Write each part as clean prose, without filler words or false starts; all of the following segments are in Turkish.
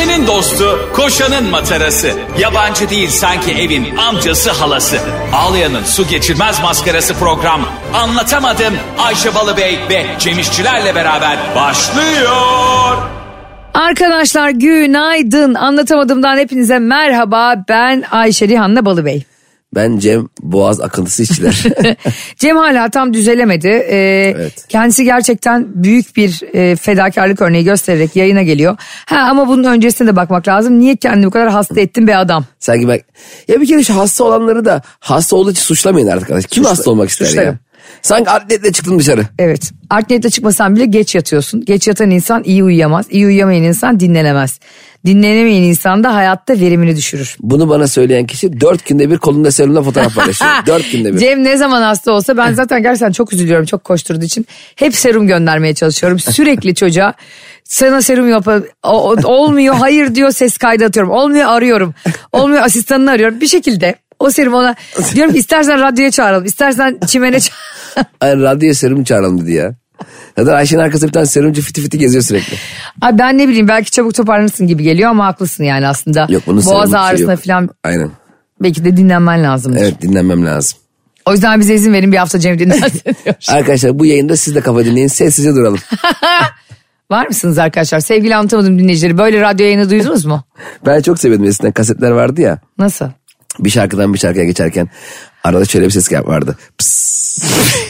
Ayşe'nin dostu, koşanın matarası. Yabancı değil sanki evin amcası halası. Ağlayan'ın su geçirmez maskarası program. Anlatamadım Ayşe Balıbey ve Cemişçilerle beraber başlıyor. Arkadaşlar günaydın. Anlatamadığımdan hepinize merhaba. Ben Ayşe Rihanna Balıbey. Ben Cem Boğaz akıntısı işçiler. Cem hala tam düzelemedi. Evet. Kendisi gerçekten büyük bir fedakarlık örneği göstererek yayına geliyor. Ama bunun öncesine de bakmak lazım. Niye kendini bu kadar hasta ettin be adam? Sanki bak ya bir kere şu hasta olanları da hasta olduğu için suçlamayın arkadaş. Kim hasta olmak ister ya? Sanki atletle çıktın dışarı. Evet. Atletle çıkmasan bile geç yatıyorsun. Geç yatan insan iyi uyuyamaz. İyi uyuyamayan insan dinlenemez. Dinlenemeyen insan da hayatta verimini düşürür. Bunu bana söyleyen kişi 4 günde bir kolunda serumla fotoğraf paylaşıyor. 4 günde bir. Cem ne zaman hasta olsa ben zaten gerçekten çok üzülüyorum. Çok koşturduğu için. Hep serum göndermeye çalışıyorum. Sürekli çocuğa sana serum yapalım. Olmuyor hayır diyor, ses kaydı atıyorum. Olmuyor arıyorum. Olmuyor asistanını arıyorum. Bir şekilde o serum ona diyorum ki istersen radyoya çağıralım. İstersen çimene çağıralım. Ay, radyoya serum çağıralım dedi ya. Zaten Ayşe'nin arkasında bir tane serumcu fiti fiti geziyor sürekli. Abi ben ne bileyim belki çabuk toparlanırsın gibi geliyor ama haklısın yani aslında. Yok, boğaz ağrısına falan. Aynen. Belki de dinlenmen lazımdır. Evet, dinlenmem lazım. O yüzden bize izin verin bir hafta Cem dinlensin diyoruz. Arkadaşlar bu yayında siz de kafa dinleyin, sessizce duralım. Var mısınız arkadaşlar? Sevgili Anlatamadığım dinleyicileri, böyle radyo yayını duydunuz mu? Ben çok seviyordum eskiden, kasetler vardı ya. Nasıl? Bir şarkıdan bir şarkıya geçerken arada şöyle bir ses vardı. Psss.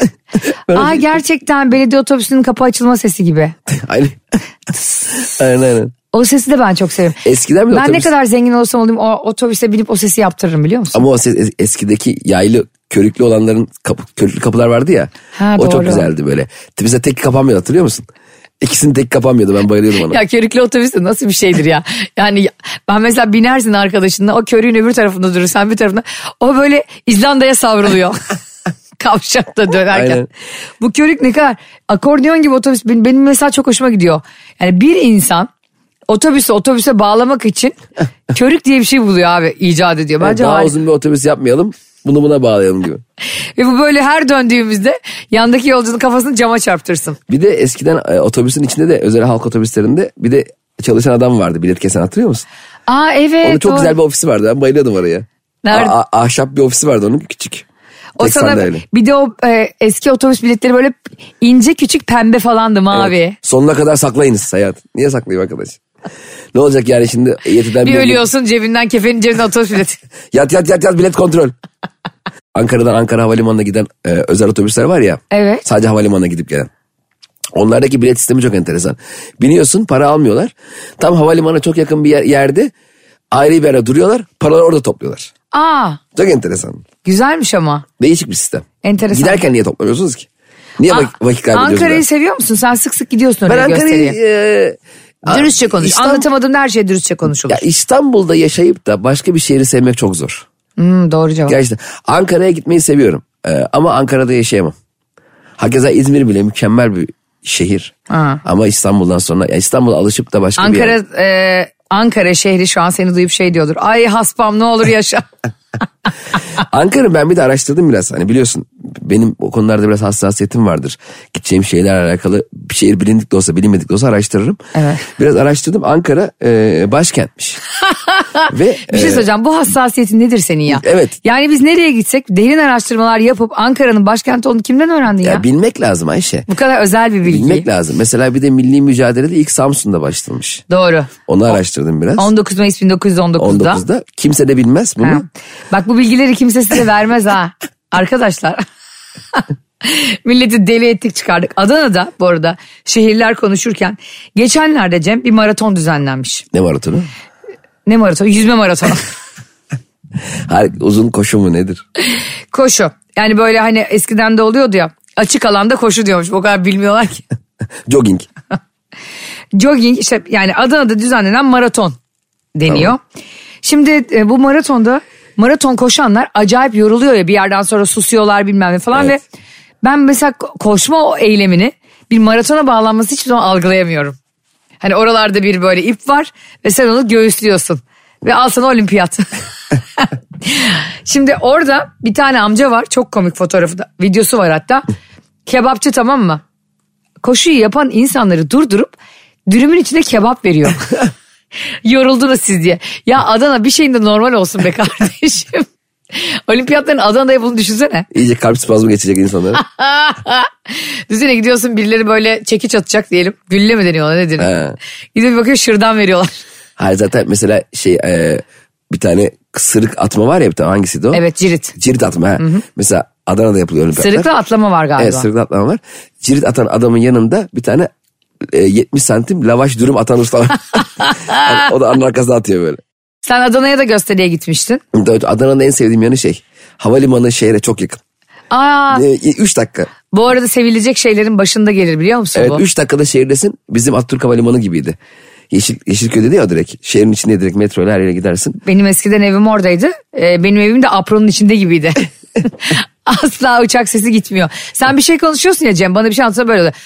Gerçekten belediye otobüsünün kapı açılma sesi gibi. Aynen. Aynen. O sesi de ben çok seviyorum. Eskiden bile ben ne kadar zengin olursam olayım o otobüse binip o sesi yaptırırım biliyor musun? Ama o ses eskideki yaylı körüklü olanların körüklü kapılar vardı ya. O doğru. Çok güzeldi böyle. Bize tek kapanmıyordu, hatırlıyor musun? İkisinin tek kapanmıyordu, ben bayılıyordum ona. Ya körüklü otobüs de nasıl bir şeydir ya. Yani ben mesela binersin arkadaşınla, o körüğün öbür tarafında durur, sen bir tarafında. O böyle İzlanda'ya savruluyor. Kavşakta dönerken. Aynen. Bu körük ne kadar akordeon gibi otobüs benim mesela çok hoşuma gidiyor. Yani bir insan otobüse bağlamak için körük diye bir şey buluyor abi, icat ediyor. Bence daha uzun bir otobüs yapmayalım, bunu buna bağlayalım gibi. Ve bu böyle her döndüğümüzde yandaki yolcunun kafasını cama çarptırsın. Bir de eskiden otobüsün içinde de, özel halk otobüslerinde bir de çalışan adam vardı, bilet kesen, hatırlıyor musun? Evet. Onun çok güzel bir ofisi vardı, ben bayılıyordum oraya. Nerede? Ahşap bir ofisi vardı onun, küçük. O sana bir de o eski otobüs biletleri böyle ince küçük pembe falandı, mavi. Evet. Sonuna kadar saklayınız hayat. Niye saklayayım arkadaş? Ne olacak yani şimdi? Bir ölüyorsun cebinden, kefenin cebinden otobüs bileti. Yat bilet kontrol. Ankara'dan Ankara Havalimanı'na giden özel otobüsler var ya. Evet. Sadece havalimanına gidip gelen. Onlardaki bilet sistemi çok enteresan. Biniyorsun, para almıyorlar. Tam havalimanına çok yakın bir yerde ayrı bir yere duruyorlar. Paraları orada topluyorlar. Çok enteresan. Güzelmiş ama. Değişik bir sistem. Enteresan. Giderken niye toplamıyorsunuz ki? Niye vakit kaybediyorsunuz? Ankara'yı seviyor musun? Sen sık sık gidiyorsun oraya gösteriye. Ben Ankara'yı... Dürüstçe konuş. Anlatamadığım her şey dürüstçe konuşulur. Ya İstanbul'da yaşayıp da başka bir şehri sevmek çok zor. Doğru cevap. Gerçekten. Ankara'ya gitmeyi seviyorum. Ama Ankara'da yaşayamam. Hakeza İzmir bile mükemmel bir şehir. Ama İstanbul'dan sonra, İstanbul'a alışıp da başka bir yer. Ankara şehri şu an seni duyup şey diyordur. Ay haspam ne olur yaşa. Ankara ben bir de araştırdım biraz. Hani biliyorsun benim o konularda biraz hassasiyetim vardır. Gideceğim şeylerle alakalı bir şehir bilindik de olsa bilinmedik de olsa araştırırım. Evet. Biraz araştırdım, Ankara başkentmiş. Ve bir şey söyleyeceğim, bu hassasiyetin nedir senin ya? Evet. Yani biz nereye gitsek derin araştırmalar yapıp Ankara'nın başkenti olduğunu kimden öğrendin ya? Bilmek lazım Ayşe. Bu kadar özel bir bilgi. Bilmek lazım. Mesela bir de milli mücadelede ilk Samsun'da başlamış. Doğru. Onu araştırdım biraz. 19 Mayıs 1919'da. 19'da. Kimse de bilmez bunu. Bak bu bilgileri kimse size vermez ha. Arkadaşlar. Milleti deli ettik çıkardık. Adana'da bu arada şehirler konuşurken geçenlerde Cem bir maraton düzenlenmiş. Ne maratonu? Ne maratonu? Yüzme maratonu. Uzun koşu mu nedir? Koşu. Yani böyle hani eskiden de oluyordu ya. Açık alanda koşu diyormuş. O kadar bilmiyorlar ki. Jogging. Jogging işte, yani Adana'da düzenlenen maraton deniyor. Tamam. Şimdi bu maraton koşanlar acayip yoruluyor ya, bir yerden sonra susuyorlar bilmem ne falan. Evet. Ve ben mesela koşma o eylemini bir maratona bağlanması hiçbir zaman algılayamıyorum. Hani oralarda bir böyle ip var ve sen onu göğüslüyorsun ve al sana olimpiyat. Şimdi orada bir tane amca var, çok komik fotoğrafı da, videosu var hatta. Kebapçı, tamam mı? Koşuyu yapan insanları durdurup dürümün içine kebap veriyor. Yoruldunuz siz diye. Ya Adana bir şeyin de normal olsun be kardeşim. Olimpiyatların Adana'da yapıldığını düşünsene. İyice kalp spazmı geçecek insanlara. Düşünsene gidiyorsun birileri böyle çekiç atacak diyelim. Gülle mi deniyor ona ne deniyor? Gidip bakıyor şırdan veriyorlar. Hayır zaten mesela bir tane sırık atma var ya bir tane hangisiydi o? Evet cirit. Cirit atma ha. Mesela Adana'da yapılıyor olimpiyatlar. Sırıkla atlama var galiba. Evet sırıkla atlama var. Cirit atan adamın yanında bir tane 70 santim lavaş dürüm atan usta var. Yani o da anın arkasına atıyor böyle. Sen Adana'ya da gösteriye gitmiştin. Adana'nın en sevdiğim yanı havalimanı şehre çok yakın. 3 dakika. Bu arada sevilecek şeylerin başında gelir biliyor musun evet, bu? 3 dakikada şehirdesin. Bizim Atatürk Havalimanı gibiydi. Yeşilköy'de değil o direkt. Şehrin içinde direkt metroyla her yere gidersin. Benim eskiden evim oradaydı. Benim evim de apronun içinde gibiydi. Asla uçak sesi gitmiyor. Sen bir şey konuşuyorsun ya Cem bana bir şey anlatsana böyle oluyor.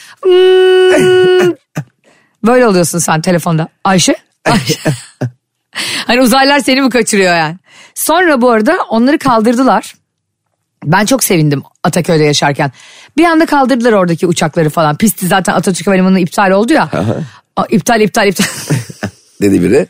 Böyle oluyorsun sen telefonda. Ayşe? Hani uzaylılar seni mi kaçırıyor yani? Sonra bu arada onları kaldırdılar. Ben çok sevindim Ataköy'de yaşarken. Bir anda kaldırdılar oradaki uçakları falan. Pisti zaten Atatürk Havalimanı iptal oldu ya. İptal. Dedi biri.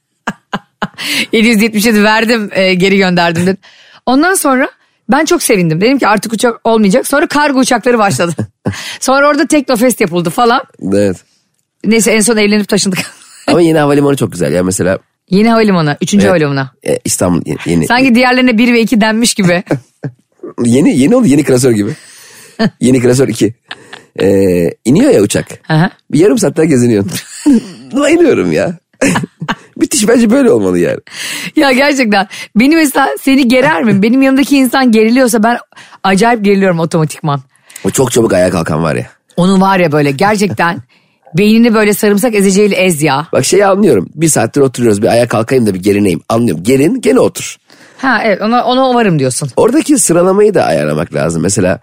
777 verdim geri gönderdim dedi. Ondan sonra ben çok sevindim. Dedim ki artık uçak olmayacak. Sonra kargo uçakları başladı. Sonra orada Teknofest yapıldı falan. Evet. Neyse en son evlenip taşındık. Ama yeni havalimanı çok güzel ya mesela. Yeni havalimanı. 3. havalimanı. İstanbul yeni. Sanki diğerlerine 1 ve 2 denmiş gibi. Yeni oldu yeni klasör gibi. Yeni klasör 2. İniyor ya uçak. Aha. Bir yarım saatte geziniyorsun. Bayılıyorum ya. Müthiş bence böyle olmalı yani. Ya gerçekten beni mesela seni gerer mi? Benim yanımdaki insan geriliyorsa ben acayip geriliyorum otomatikman. O çok çabuk ayağa kalkan var ya. Onu var ya böyle gerçekten beynini böyle sarımsak ezeceğiyle ez ya. Bak anlıyorum. 1 saattir oturuyoruz bir ayağa kalkayım da bir gerineyim. Anlıyorum. Gerin gene otur. Ha evet ona varım diyorsun. Oradaki sıralamayı da ayarlamak lazım. Mesela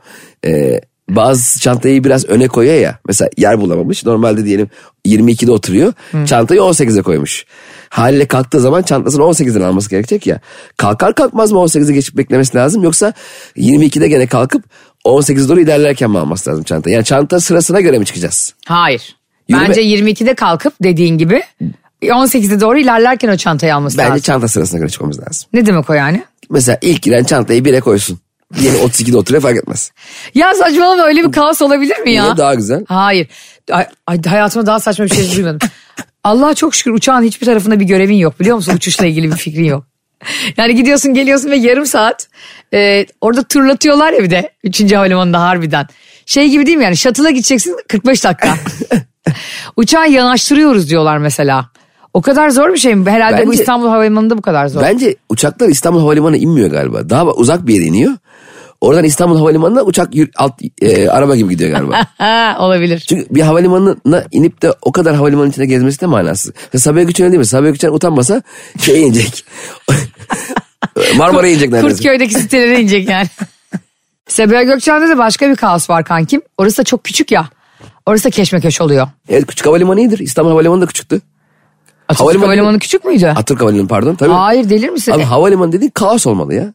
bazı çantayı biraz öne koyuyor ya. Mesela yer bulamamış. Normalde diyelim 22'de oturuyor. Çantayı 18'e koymuş. Haliyle kalktığı zaman çantasını 18'den alması gerekecek ya. Kalkar kalkmaz mı 18'e geçip beklemesi lazım? Yoksa 22'de gene kalkıp 18'e doğru ilerlerken mi alması lazım çantayı? Yani çanta sırasına göre mi çıkacağız? Hayır. Bence 22'de kalkıp dediğin gibi 18'e doğru ilerlerken o çantayı alması lazım. Bence çanta sırasına göre çıkmamız lazım. Ne demek o yani? Mesela ilk giren çantayı 1'e koysun. Diyelim 32'de oturuyor fark etmez. Ya saçmalama öyle bir kaos olabilir mi ya? Yine daha güzel. Hayır. Hayatımda daha saçma bir şey duymadım. Allah'a çok şükür uçağın hiçbir tarafında bir görevin yok biliyor musun? Uçuşla ilgili bir fikrin yok. Yani gidiyorsun geliyorsun ve yarım saat orada turlatıyorlar ya bir de 3. havalimanında harbiden. Şey gibi değil mi yani shuttle'a gideceksin 45 dakika. Uçağı yanaştırıyoruz diyorlar mesela. O kadar zor bir şey mi? Herhalde bence, bu İstanbul Havalimanı'nda bu kadar zor. Bence uçaklar İstanbul Havalimanı'na inmiyor galiba. Daha uzak bir yere iniyor. Oradan İstanbul Havalimanı'na uçak araba gibi gidiyor galiba. Olabilir. Çünkü bir havalimanına inip de o kadar havalimanı içinde gezmesi de manasız. Sabiha Gökçen değil mi? Sabiha Gökçen utanmasa inecek. Marmara'ya inecek neredeyse. Kurtköy'deki sitelere inecek yani. Sabiha Gökçen'de de başka bir kaos var kankim. Orası da çok küçük ya. Orası da keşmekeş oluyor. Evet küçük havalimanı iyidir. İstanbul Havalimanı da küçüktü. Atatürk Havalimanı küçük müydü? Atatürk Havalimanı pardon. Tabii. Hayır delir misin? Abi havalimanı dediğin kaos olmalı ya.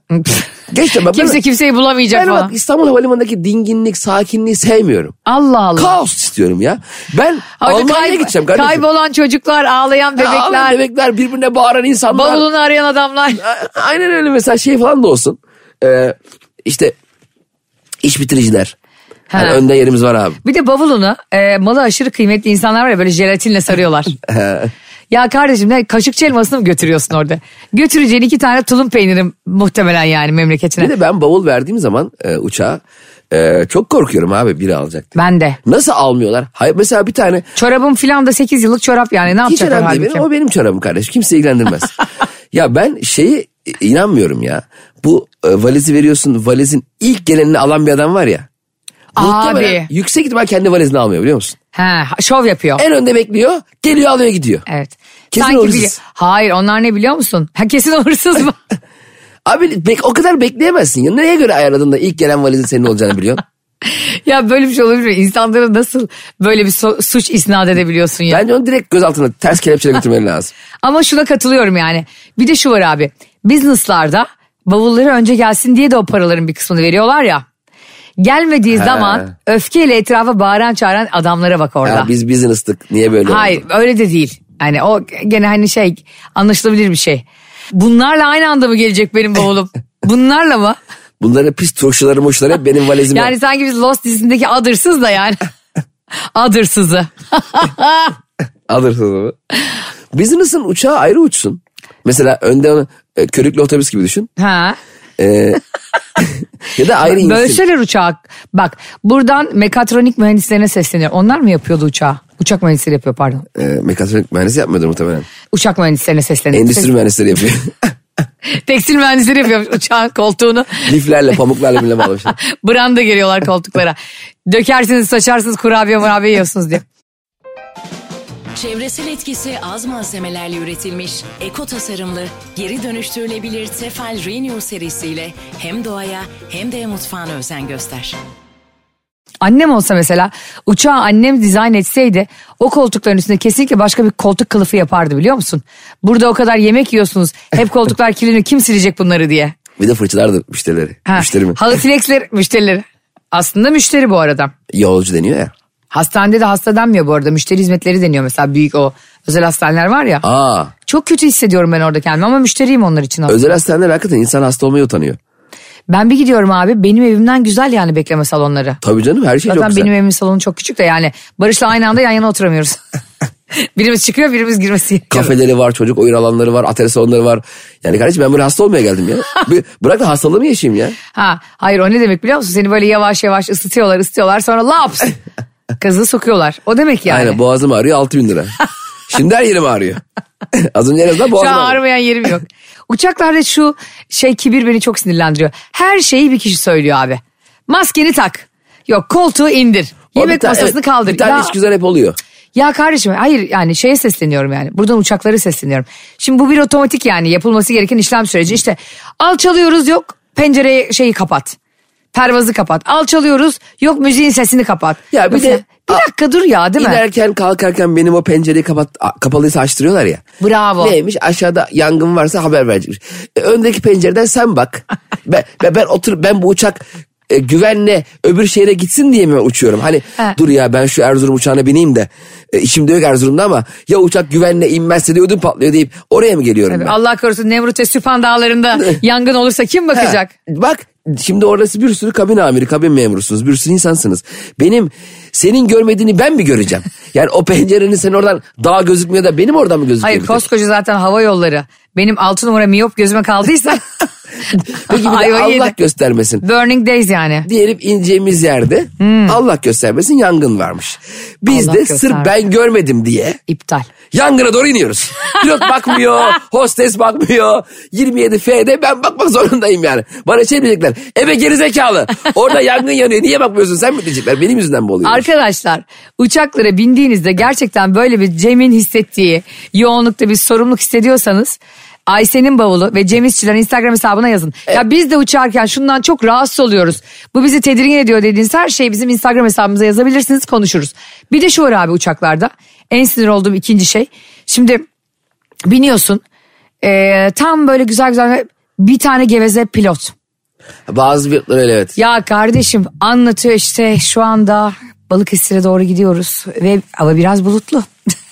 Kimseyi bulamayacak falan. Ben İstanbul Havalimanı'ndaki dinginlik, sakinliği sevmiyorum. Allah Allah. Kaos istiyorum ya. Ben Almanya'ya gideceğim kardeşim. Kaybolan çocuklar, ağlayan bebekler. Ağlayan bebekler, birbirine bağıran insanlar. Bavulunu arayan adamlar. Aynen öyle mesela falan da olsun. İşte iş bitiriciler. Yani önde yerimiz var abi. Bir de bavulunu malı aşırı kıymetli insanlar var ya böyle jelatinle sarıyorlar. Ya kardeşim kaşıkçı elmasını mı götürüyorsun orada? Götüreceğin 2 tane tulum peyniri muhtemelen yani memleketine. Bir de ben bavul verdiğim zaman uçağa çok korkuyorum abi biri alacak diye. Ben de. Nasıl almıyorlar? Hayır, mesela bir tane. Çorabım filan da 8 yıllık çorap yani ne yapacaklar halbuki? Hiç o benim çorabım kardeşim kimse ilgilendirmez. Ya ben inanmıyorum ya. Bu valizi veriyorsun valizin ilk gelenini alan bir adam var ya. Abi. Yüksek ihtimal kendi valizini almıyor biliyor musun? Şov yapıyor. En önde bekliyor geliyor alıyor gidiyor. Evet. Kesin hırsız. Hayır onlar ne biliyor musun? Kesin hırsız mı? Abi o kadar bekleyemezsin ya. Neye göre ayarladın da ilk gelen valizin senin olacağını biliyorsun? Ya böyle bir şey olabilir mi? İnsanlara nasıl böyle bir suç isnat edebiliyorsun ya? Bence onu direkt gözaltına ters kelepçeyle götürmen lazım. Ama şuna katılıyorum yani. Bir de şu var abi. Business'larda bavulları önce gelsin diye de o paraların bir kısmını veriyorlar ya. Gelmediği zaman öfkeyle etrafa bağıran çağıran adamlara bak orada. Ya biz business'tık niye böyle oldu? Hayır öyle de değil. Yani o gene hani şey anlaşılabilir bir şey. Bunlarla aynı anda mı gelecek benim bavulum? Bunlarla mı? Bunların pis turşuları moşları hep benim valizime. Yani sanki biz Lost dizisindeki Adır'sız da yani. Adır'sızı. Adır'sızı mı? Business'ın uçağı ayrı uçsun. Mesela önde onu körüklü otobüs gibi düşün. Ha. Ya da ayrı insin. Bölseler uçağı. Bak buradan mekatronik mühendislerine sesleniyor. Onlar mı yapıyordu uçağı? Uçak mühendisleri yapıyor pardon. Mekatronik mühendisi yapmıyordur muhtemelen. Uçak mühendislerine sesleniyor. Endüstri mühendisleri yapıyor. Tekstil mühendisleri yapıyor uçağın koltuğunu. Liflerle pamuklarla bile bağlamışlar. Branda geliyorlar koltuklara. Dökersiniz saçarsınız kurabiye yiyorsunuz diye. Çevresel etkisi az malzemelerle üretilmiş, eko tasarımlı, geri dönüştürülebilir Tefal Renew serisiyle hem doğaya hem de mutfağına özen göster. Annem olsa mesela uçağı annem dizayn etseydi o koltukların üstünde kesinlikle başka bir koltuk kılıfı yapardı biliyor musun? Burada o kadar yemek yiyorsunuz hep koltuklar kirleniyor kim silecek bunları diye. Bir de fırçalardı müşterileri. Müşteri mi? Halı flexler müşterileri. Aslında müşteri bu arada. Yolcu deniyor ya. Hastanede de hasta denmiyor bu arada. Müşteri hizmetleri deniyor mesela büyük o özel hastaneler var ya. Aa. Çok kötü hissediyorum ben orada kendimi ama müşteriyim onlar için aslında. Özel hastaneler hakikaten insan hasta olmaya utanıyor. Ben bir gidiyorum abi benim evimden güzel yani bekleme salonları. Tabii canım her şey zaten çok güzel. Zaten benim evimin salonu çok küçük de yani Barış'la aynı anda yan yana oturamıyoruz. Birimiz çıkıyor birimiz girmesi gerekiyor. Kafeleri var çocuk oyun alanları var atölye salonları var. Yani kardeşim ben böyle hasta olmaya geldim ya. Bırak da hastalığımı yaşayayım ya. Hayır o ne demek biliyor musun? Seni böyle yavaş yavaş ısıtıyorlar sonra laps kazı sokuyorlar. O demek yani. Aynen boğazım ağrıyor 6.000 lira. Şimdi her yerim ağrıyor. Az önce en azından boğazım ağrıyor. Şu an ağrımayan yerim yok. Uçaklarda şu kibir beni çok sinirlendiriyor. Her şeyi bir kişi söylüyor abi. Maskeni tak. Yok koltuğu indir. Yemek masasını kaldır. Bir tane iş güzel hep oluyor. Ya kardeşim hayır yani şeye sesleniyorum yani. Buradan uçakları sesleniyorum. Şimdi bu bir otomatik yani yapılması gereken işlem süreci. İşte alçalıyoruz yok pencereyi kapat. Pervazı kapat. Alçalıyoruz yok müziğin sesini kapat. Ya bir mesela, de bir dakika dur ya değil mi? İnerken kalkarken benim o pencereyi kapalıysa açtırıyorlar ya. Bravo. Neymiş aşağıda yangın varsa haber verecekmiş. Öndeki pencereden sen bak. ben bu uçak güvenle öbür şehre gitsin diye mi uçuyorum? Hani dur ya ben şu Erzurum uçağına bineyim de işim de yok Erzurum'da ama ya uçak güvenle inmezse de ödüm patlıyor deyip oraya mı geliyorum Tabii, ben? Allah korusun Nemrut ve Süphan dağlarında yangın olursa kim bakacak? Bak şimdi orası bir sürü kabin amiri, kabin memurusunuz, bir sürü insansınız. Senin görmediğini ben mi göreceğim? Yani o pencerenin sen oradan daha gözükmüyor da benim oradan mı gözüküyor? Hayır koskoca zaten hava yolları. Benim 6 numara miyop gözüme kaldıysa. Peki Allah göstermesin. Burning Days yani. Diyelim ineceğimiz yerde Allah göstermesin yangın varmış. Biz Allah de sırf ben görmedim diye. İptal. Yangına doğru iniyoruz. Pilot bakmıyor, hostes bakmıyor. 27F'de ben bakmak zorundayım yani. Bana diyecekler. Ebe gerizekalı. Orada yangın yanıyor. Niye bakmıyorsun sen mi diyecekler. Benim yüzümden mi oluyor? Arkadaşlar uçaklara bindiğinizde gerçekten böyle bir Cem'in hissettiği yoğunlukta bir sorumluluk hissediyorsanız Ayşe'nin bavulu ve Cem İşçilerin Instagram hesabına yazın. Evet. Ya biz de uçarken şundan çok rahatsız oluyoruz. Bu bizi tedirgin ediyor dediğiniz her şeyi bizim Instagram hesabımıza yazabilirsiniz konuşuruz. Bir de şu var abi uçaklarda en sinir olduğum ikinci şey. Şimdi biniyorsun tam böyle güzel bir tane geveze pilot. Bazı pilotlar öyle evet. Ya kardeşim anlatıyor işte şu anda Balıkesir'e doğru gidiyoruz ve hava biraz bulutlu.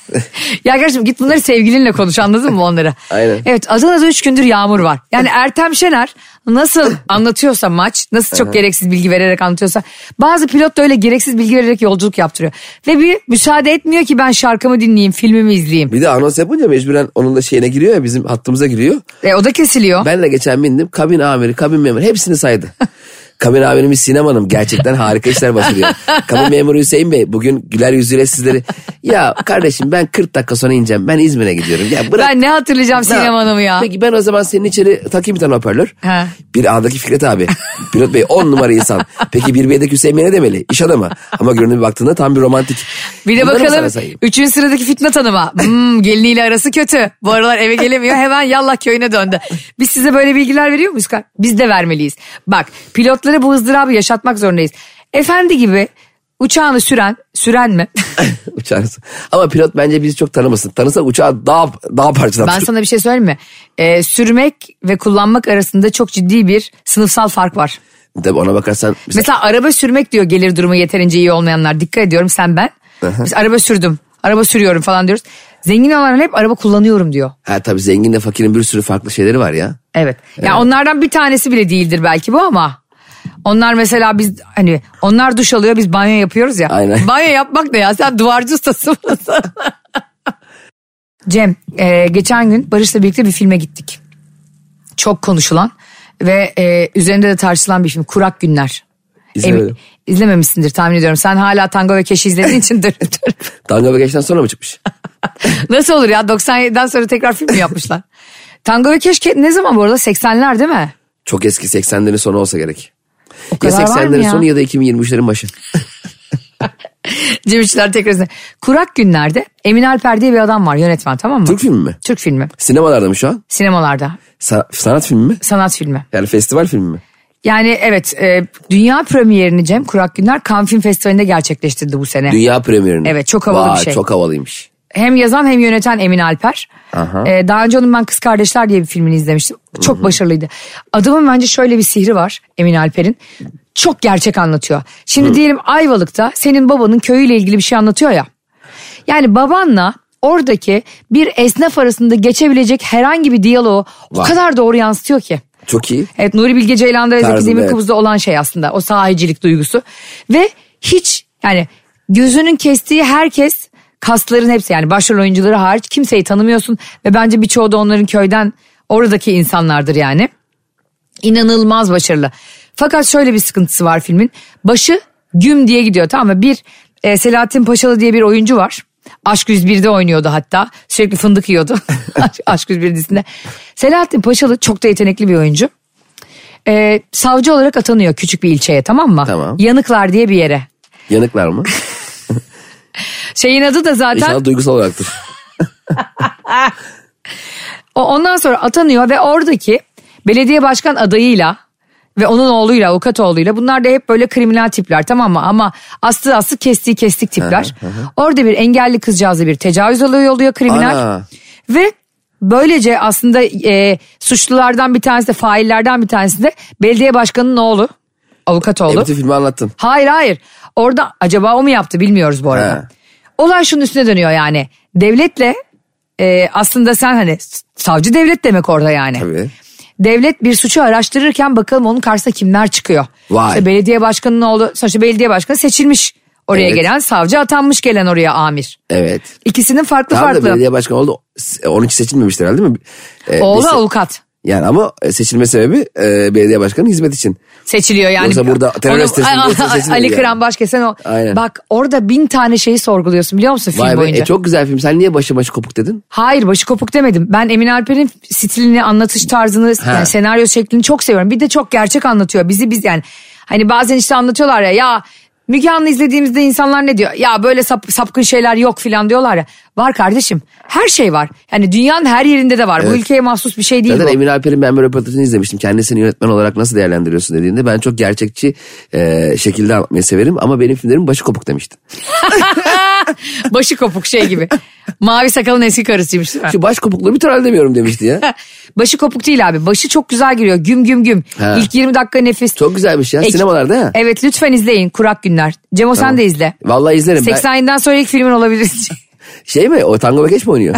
Ya kardeşim git bunları sevgilinle konuş anladın mı onları? Aynen. Evet Adana'da 3 gündür yağmur var. Yani Ertem Şener nasıl anlatıyorsa maç nasıl çok gereksiz bilgi vererek anlatıyorsa bazı pilot da öyle gereksiz bilgi vererek yolculuk yaptırıyor. Ve bir müsaade etmiyor ki ben şarkımı dinleyeyim filmimi izleyeyim. Bir de anons yapınca mecburen onun da şeyine giriyor ya bizim hattımıza giriyor. O da kesiliyor. Ben de geçen bindim kabin amiri kabin memuru hepsini saydı. Kabin amirimiz Sinem Hanım gerçekten harika işler başarıyor. Kabin memuru Hüseyin Bey bugün güler yüzüyle sizleri... Ya kardeşim ben 40 dakika sonra ineceğim ben İzmir'e gidiyorum. Ya bırak. Ben ne hatırlayacağım Sinem Hanım'ı ya. Peki ben o zaman senin içeri takayım bir tane hoparlör. He. Bir A'daki Fikret abi. Pilot Bey 10 numara insan. Peki bir B'deki Hüseyin Bey ne demeli? İş adamı. Ama görünüme baktığında tam bir romantik. Bir de bakalım 3. sıradaki Fitnat Hanım'a. Geliniyle arası kötü. Bu aralar eve gelemiyor hemen yallah köyüne döndü. Biz size böyle bilgiler veriyor muyuz? Biz de vermeliyiz. Bak pilotları bu ızdırabı yaşatmak zorundayız. Efendi gibi uçağını süren mi? Uçağını. Ama pilot bence bizi çok tanımasın. Tanısa uçağı daha parçalatır. Ben sana bir şey söyleyeyim mi? Sürmek ve kullanmak arasında çok ciddi bir sınıfsal fark var. Tabii ona bakarsan. Mesela araba sürmek diyor gelir durumu yeterince iyi olmayanlar. Dikkat ediyorum sen ben. Biz araba sürdüm. Araba sürüyorum falan diyoruz. Zengin olanlar hep araba kullanıyorum diyor. Ha tabii zenginle fakirin bir sürü farklı şeyleri var ya. Evet. Yani onlardan bir tanesi bile değildir belki bu ama. Onlar mesela biz hani onlar duş alıyor biz banyo yapıyoruz ya. Aynen. Banyo yapmak ne ya, sen duvarcı ustasın. Cem geçen gün Barış'la birlikte bir filme gittik. Çok konuşulan ve üzerinde de tartışılan bir film, Kurak Günler. İzlemedim. İzlememişsindir tahmin ediyorum. Sen hala Tango ve Keş'i izlediğin için dur. Tango ve Keş'ten sonra mı çıkmış? Nasıl olur ya, 97'den sonra tekrar film mi yapmışlar? Tango ve Keş ne zaman bu arada, 80'ler değil mi? Çok eski, 80'lerin sonu olsa gerek. O Ya kadar var mı 80'lerin ya? sonu ya da 2023'lerin başı. Cem İşçiler tekrar izle. Kurak Günler'de Emin Alper diye bir adam var, yönetmen, tamam mı? Türk filmi mi? Türk filmi. Sinemalarda mı şu an? Sinemalarda. Sanat filmi mi? Sanat filmi. Yani festival filmi mi? Yani evet, dünya premierini Cem Kurak Günler Cannes Film Festivali'nde gerçekleştirdi bu sene. Dünya premierini. Evet, çok havalı bir şey. Çok havalıymış. Hem yazan hem yöneten Emin Alper. Daha önce onun ben Kız Kardeşler diye bir filmini izlemiştim. Çok başarılıydı. Adamın bence şöyle bir sihri var Emin Alper'in. Çok gerçek anlatıyor. Şimdi diyelim Ayvalık'ta senin babanın köyüyle ilgili bir şey anlatıyor ya. Yani babanla oradaki bir esnaf arasında geçebilecek herhangi bir diyaloğu o kadar doğru yansıtıyor ki. Çok iyi. Evet, Nuri Bilge Ceylan'da ve Zeki Tarzında, Demirkubuz'da olan şey aslında o sahicilik duygusu. Ve hiç yani gözünün kestiği herkes, kasların hepsi yani başrol oyuncuları hariç kimseyi tanımıyorsun. Ve bence birçoğu da onların köyden, oradaki insanlardır yani. İnanılmaz başarılı. Fakat şöyle bir sıkıntısı var filmin. Başı güm diye gidiyor, tamam mı? Selahattin Paşalı diye bir oyuncu var. Aşk 101'de oynuyordu hatta. Sürekli fındık yiyordu. Aşk 101 dizisinde. Selahattin Paşalı çok da yetenekli bir oyuncu. Savcı olarak atanıyor küçük bir ilçeye, tamam mı? Tamam. Yanıklar diye bir yere. Yanıklar mı? Şeyin adı da zaten... İnşallah duygusal olaraktır. Ondan sonra atanıyor ve oradaki belediye başkan adayıyla ve onun oğluyla, avukat oğluyla, bunlar da hep böyle kriminal tipler, tamam mı? Ama aslı kestik tipler. Orada bir engelli kızcağızı bir tecavüz oluyor kriminal. Ana. Ve böylece aslında suçlulardan bir tanesi de, faillerden bir tanesi de belediye başkanının oğlu, avukat oğlu. Bütün filmi anlattın. Hayır. Orada acaba o mu yaptı bilmiyoruz bu arada. He. Olay şunun üstüne dönüyor yani. Devletle aslında sen hani savcı devlet demek orada yani. Tabii. Devlet bir suçu araştırırken bakalım onun karşısına kimler çıkıyor. Vay. İşte belediye başkanının oğlu, sonuçta belediye başkanı seçilmiş. Oraya Evet. gelen savcı, atanmış gelen oraya amir. Evet. İkisinin farklı Tamam da farklı. belediye başkanı oldu. Onun için seçilmemiştir herhalde değil mi? Oğlu Biz- avukat. Yani ama seçilme sebebi belediye başkanının hizmet için. Seçiliyor yani. Yoksa burada terör sitesinde olsa seçilmiyor Ali yani. Kıran Başkesen o. Aynen. Bak orada 1000 tane şeyi sorguluyorsun biliyor musun film Vay be, boyunca? çok güzel film. Sen niye başı kopuk dedin? Hayır, başı kopuk demedim. Ben Emin Alper'in stilini, anlatış tarzını, yani senaryo şeklini çok seviyorum. Bir de çok gerçek anlatıyor. Biz yani hani bazen işte anlatıyorlar ya Müge Anlı izlediğimizde insanlar ne diyor? Ya böyle sapkın şeyler yok filan diyorlar ya. Var kardeşim. Her şey var. Yani dünyanın her yerinde de var. Bu ülkeye mahsus bir şey değil Zaten bu. Emin Alper'in ben bir röportajını izlemiştim. Kendisini yönetmen olarak nasıl değerlendiriyorsun dediğinde ben çok gerçekçi şekilde anlatmayı severim. Ama benim filmlerim başı kopuk demişti. Başı kopuk şey gibi. Mavi sakalın eski karısıymış değil mi? Şu baş kopukluğu bir türlü demiyorum demişti ya. Başı kopuk değil abi. Başı çok güzel giriyor. Güm güm güm. Ha. İlk 20 dakika nefis. Çok güzelmiş ya. Sinemalarda ha. Evet, lütfen izleyin Kurak Günler. Cemo sen de izle. Vallahi izlerim. 80'den sonra ilk filmin olabilir. Şey mi? O Tango ve Keş mi oynuyor?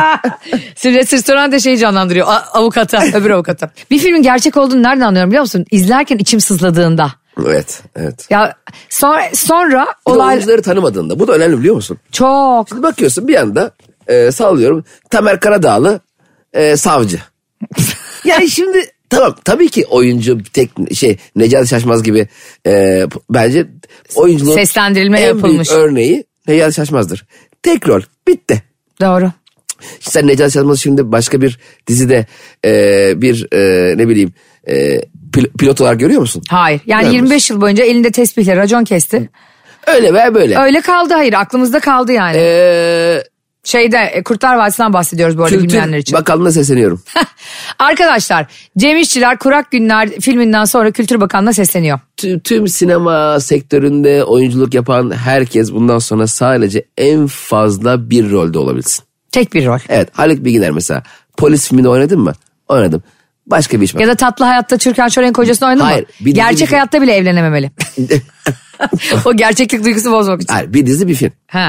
Restoran da şeyi canlandırıyor. Avukata, öbür avukata. Bir filmin gerçek olduğunu nereden anlıyorum biliyor musun? İzlerken içim sızladığında. Evet. Ya sonra Bir de olay oyuncuları tanımadığında. Bu da önemli biliyor musun? çok. Şimdi bakıyorsun bir anda sallıyorum. Tamer Karadağlı savcı. Yani şimdi tamam tabii ki oyuncu Necati Şaşmaz gibi bence oyunculuğun Seslendirilme en yapılmış. büyük örneği Necati Şaşmaz'dır. Tek rol bitti. Doğru. Sen Necati Şaşmaz'ı şimdi başka bir dizide ne bileyim pilot olarak görüyor musun? Hayır. Yani Görmüyorsun. 25 yıl boyunca elinde tespihle racon kesti. Öyle veya böyle. Öyle kaldı, hayır, aklımızda kaldı yani. Kurtlar Vadisi'nden bahsediyoruz bu arada bilmeyenler Kültür için. Bakanlığı'na sesleniyorum. Arkadaşlar, Cem İşçiler Kurak Günler filminden sonra Kültür Bakanlığı'na sesleniyor. Tüm sinema sektöründe oyunculuk yapan herkes bundan sonra sadece en fazla bir rolde olabilsin. Tek bir rol. Evet, Haluk Bilginer mesela polis filminde oynadın mı? Oynadım. Başka bir iş var. Ya da Tatlı Hayat'ta Türkan Şoray'ın kocasını oynadın Hayır, mı? bir dizi, Gerçek bir film. hayatta bile evlenememeli. O gerçeklik duygusu bozmak için. Hayır, bir dizi bir film. Ha.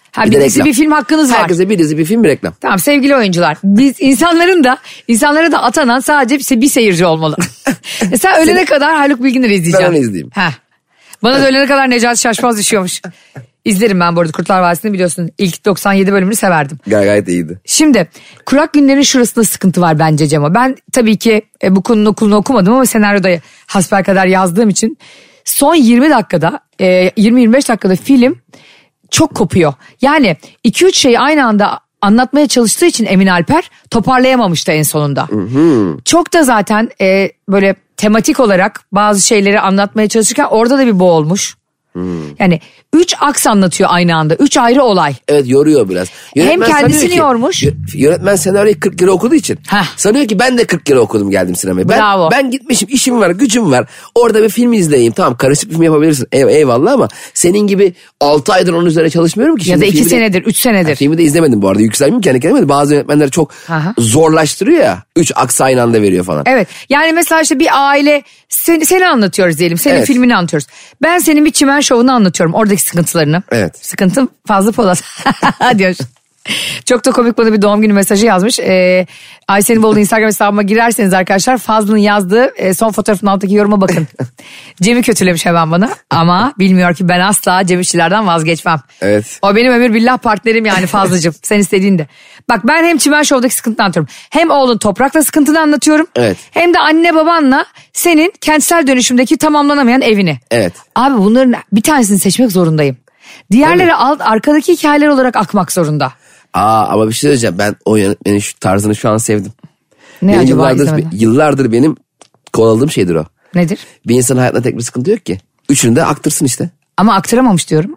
Ha, Bir bir de dizi reklam. bir film hakkınız var. Herkese bir dizi bir film bir reklam. Tamam sevgili oyuncular. Biz insanlara da atanan sadece bir seyirci olmalı. Sen ölene kadar Haluk Bilginer'i izleyeceğim. Ben onu izleyeyim. Heh. Bana da ölene kadar Necati Şaşmaz düşüyormuş. İzlerim ben bu arada Kurtlar Vadisi'ni biliyorsun. İlk 97 bölümünü severdim. Gayet iyiydi. Şimdi Kurak Günler'in şurasında sıkıntı var bence Cemo. Ben tabii ki bu konunun okulunu okumadım ama senaryoda hasbelkader yazdığım için son 20 dakikada 20-25 dakikada film çok kopuyor. Yani 2-3 şeyi aynı anda anlatmaya çalıştığı için Emin Alper toparlayamamıştı en sonunda. Çok da zaten böyle tematik olarak bazı şeyleri anlatmaya çalışırken orada da bir boğulmuş. Yani 3 aks anlatıyor aynı anda. 3 ayrı olay. Evet yoruyor biraz. Hem kendisini yormuş. Yönetmen senaryoyu 40 kere okuduğu için. Sanıyor ki ben de 40 kere okudum geldim sinemaya. Bravo. Ben gitmişim işim var gücüm var. Orada bir film izleyeyim. Tamam karışık bir film yapabilirsin. Eyvallah ama senin gibi 6 aydır onun üzerine çalışmıyorum ki. Ya da 2 senedir 3 senedir. Filmi de izlemedim bu arada. Yükselmeyeyim kendi kendime de bazı yönetmenler çok zorlaştırıyor ya. 3 aks aynı anda veriyor falan. Evet yani mesela işte bir aile seni anlatıyoruz diyelim. Senin filmini anlatıyoruz. Ben senin bir çimen şovunu anlatıyorum. Oradaki sıkıntılarını. Evet. Sıkıntım fazla Polat. diyor. Çok da komik bana bir doğum günü mesajı yazmış. Ayşe'nin Bolu Instagram hesabıma girerseniz arkadaşlar Fazlı'nın yazdığı son fotoğrafın alttaki yoruma bakın. Cem'i kötülemiş hemen bana ama bilmiyor ki ben asla Cem İşçilerden vazgeçmem. Evet. O benim ömür billah partnerim yani Fazlıcığım. Sen istediğinde. Bak ben hem Çimen Show'daki sıkıntını anlatıyorum. Hem oğlun Toprak'la sıkıntını anlatıyorum. Evet. Hem de anne babanla senin kentsel dönüşümdeki tamamlanamayan evini. Evet. Abi bunların bir tanesini seçmek zorundayım. Diğerleri arkadaki hikayeler olarak akmak zorunda. Ama bir şey söyleyeceğim. Ben o yönetmenin şu tarzını şu an sevdim. Ne Benim acaba izlemedin? yıllardır benim kovaladığım şeydir o. Nedir? Bir insanın hayatında tek bir sıkıntı yok ki. Üçünü de aktırsın işte. Ama aktaramamış diyorum.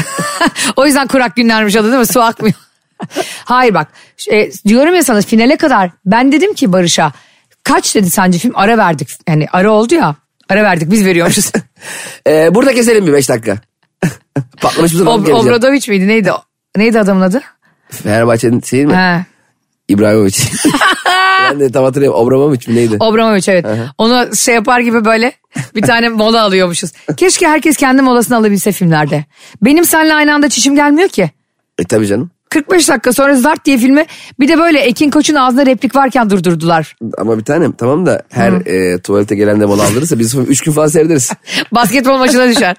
O yüzden Kurak Günlermiş adı değil mi? Su akmıyor. Hayır bak diyorum ya sana finale kadar ben dedim ki Barış'a kaç dedi sence film ara verdik. Yani ara oldu ya ara verdik biz veriyormuşuz. Burada keselim bir 5 dakika. Patlamış mısın? Obradoviç miydi neydi? Neydi adamın adı? Fenerbahçe'nin değil mi? He. İbrahimovic. Ben de tam hatırlıyorum. Obramovic mi neydi? Obramovic evet. Onu şey yapar gibi böyle bir tane mola alıyormuşuz. Keşke herkes kendi molasını alabilse filmlerde. Benim seninle aynı anda çişim gelmiyor ki. Tabii canım. 45 dakika sonra zart diye filmi bir de böyle Ekin Koç'un ağzında replik varken durdurdular. Ama bir tanem tamam da her tuvalete gelen de mola aldırırsa biz 3 gün falan seyrederiz. Basketbol maçına düşer.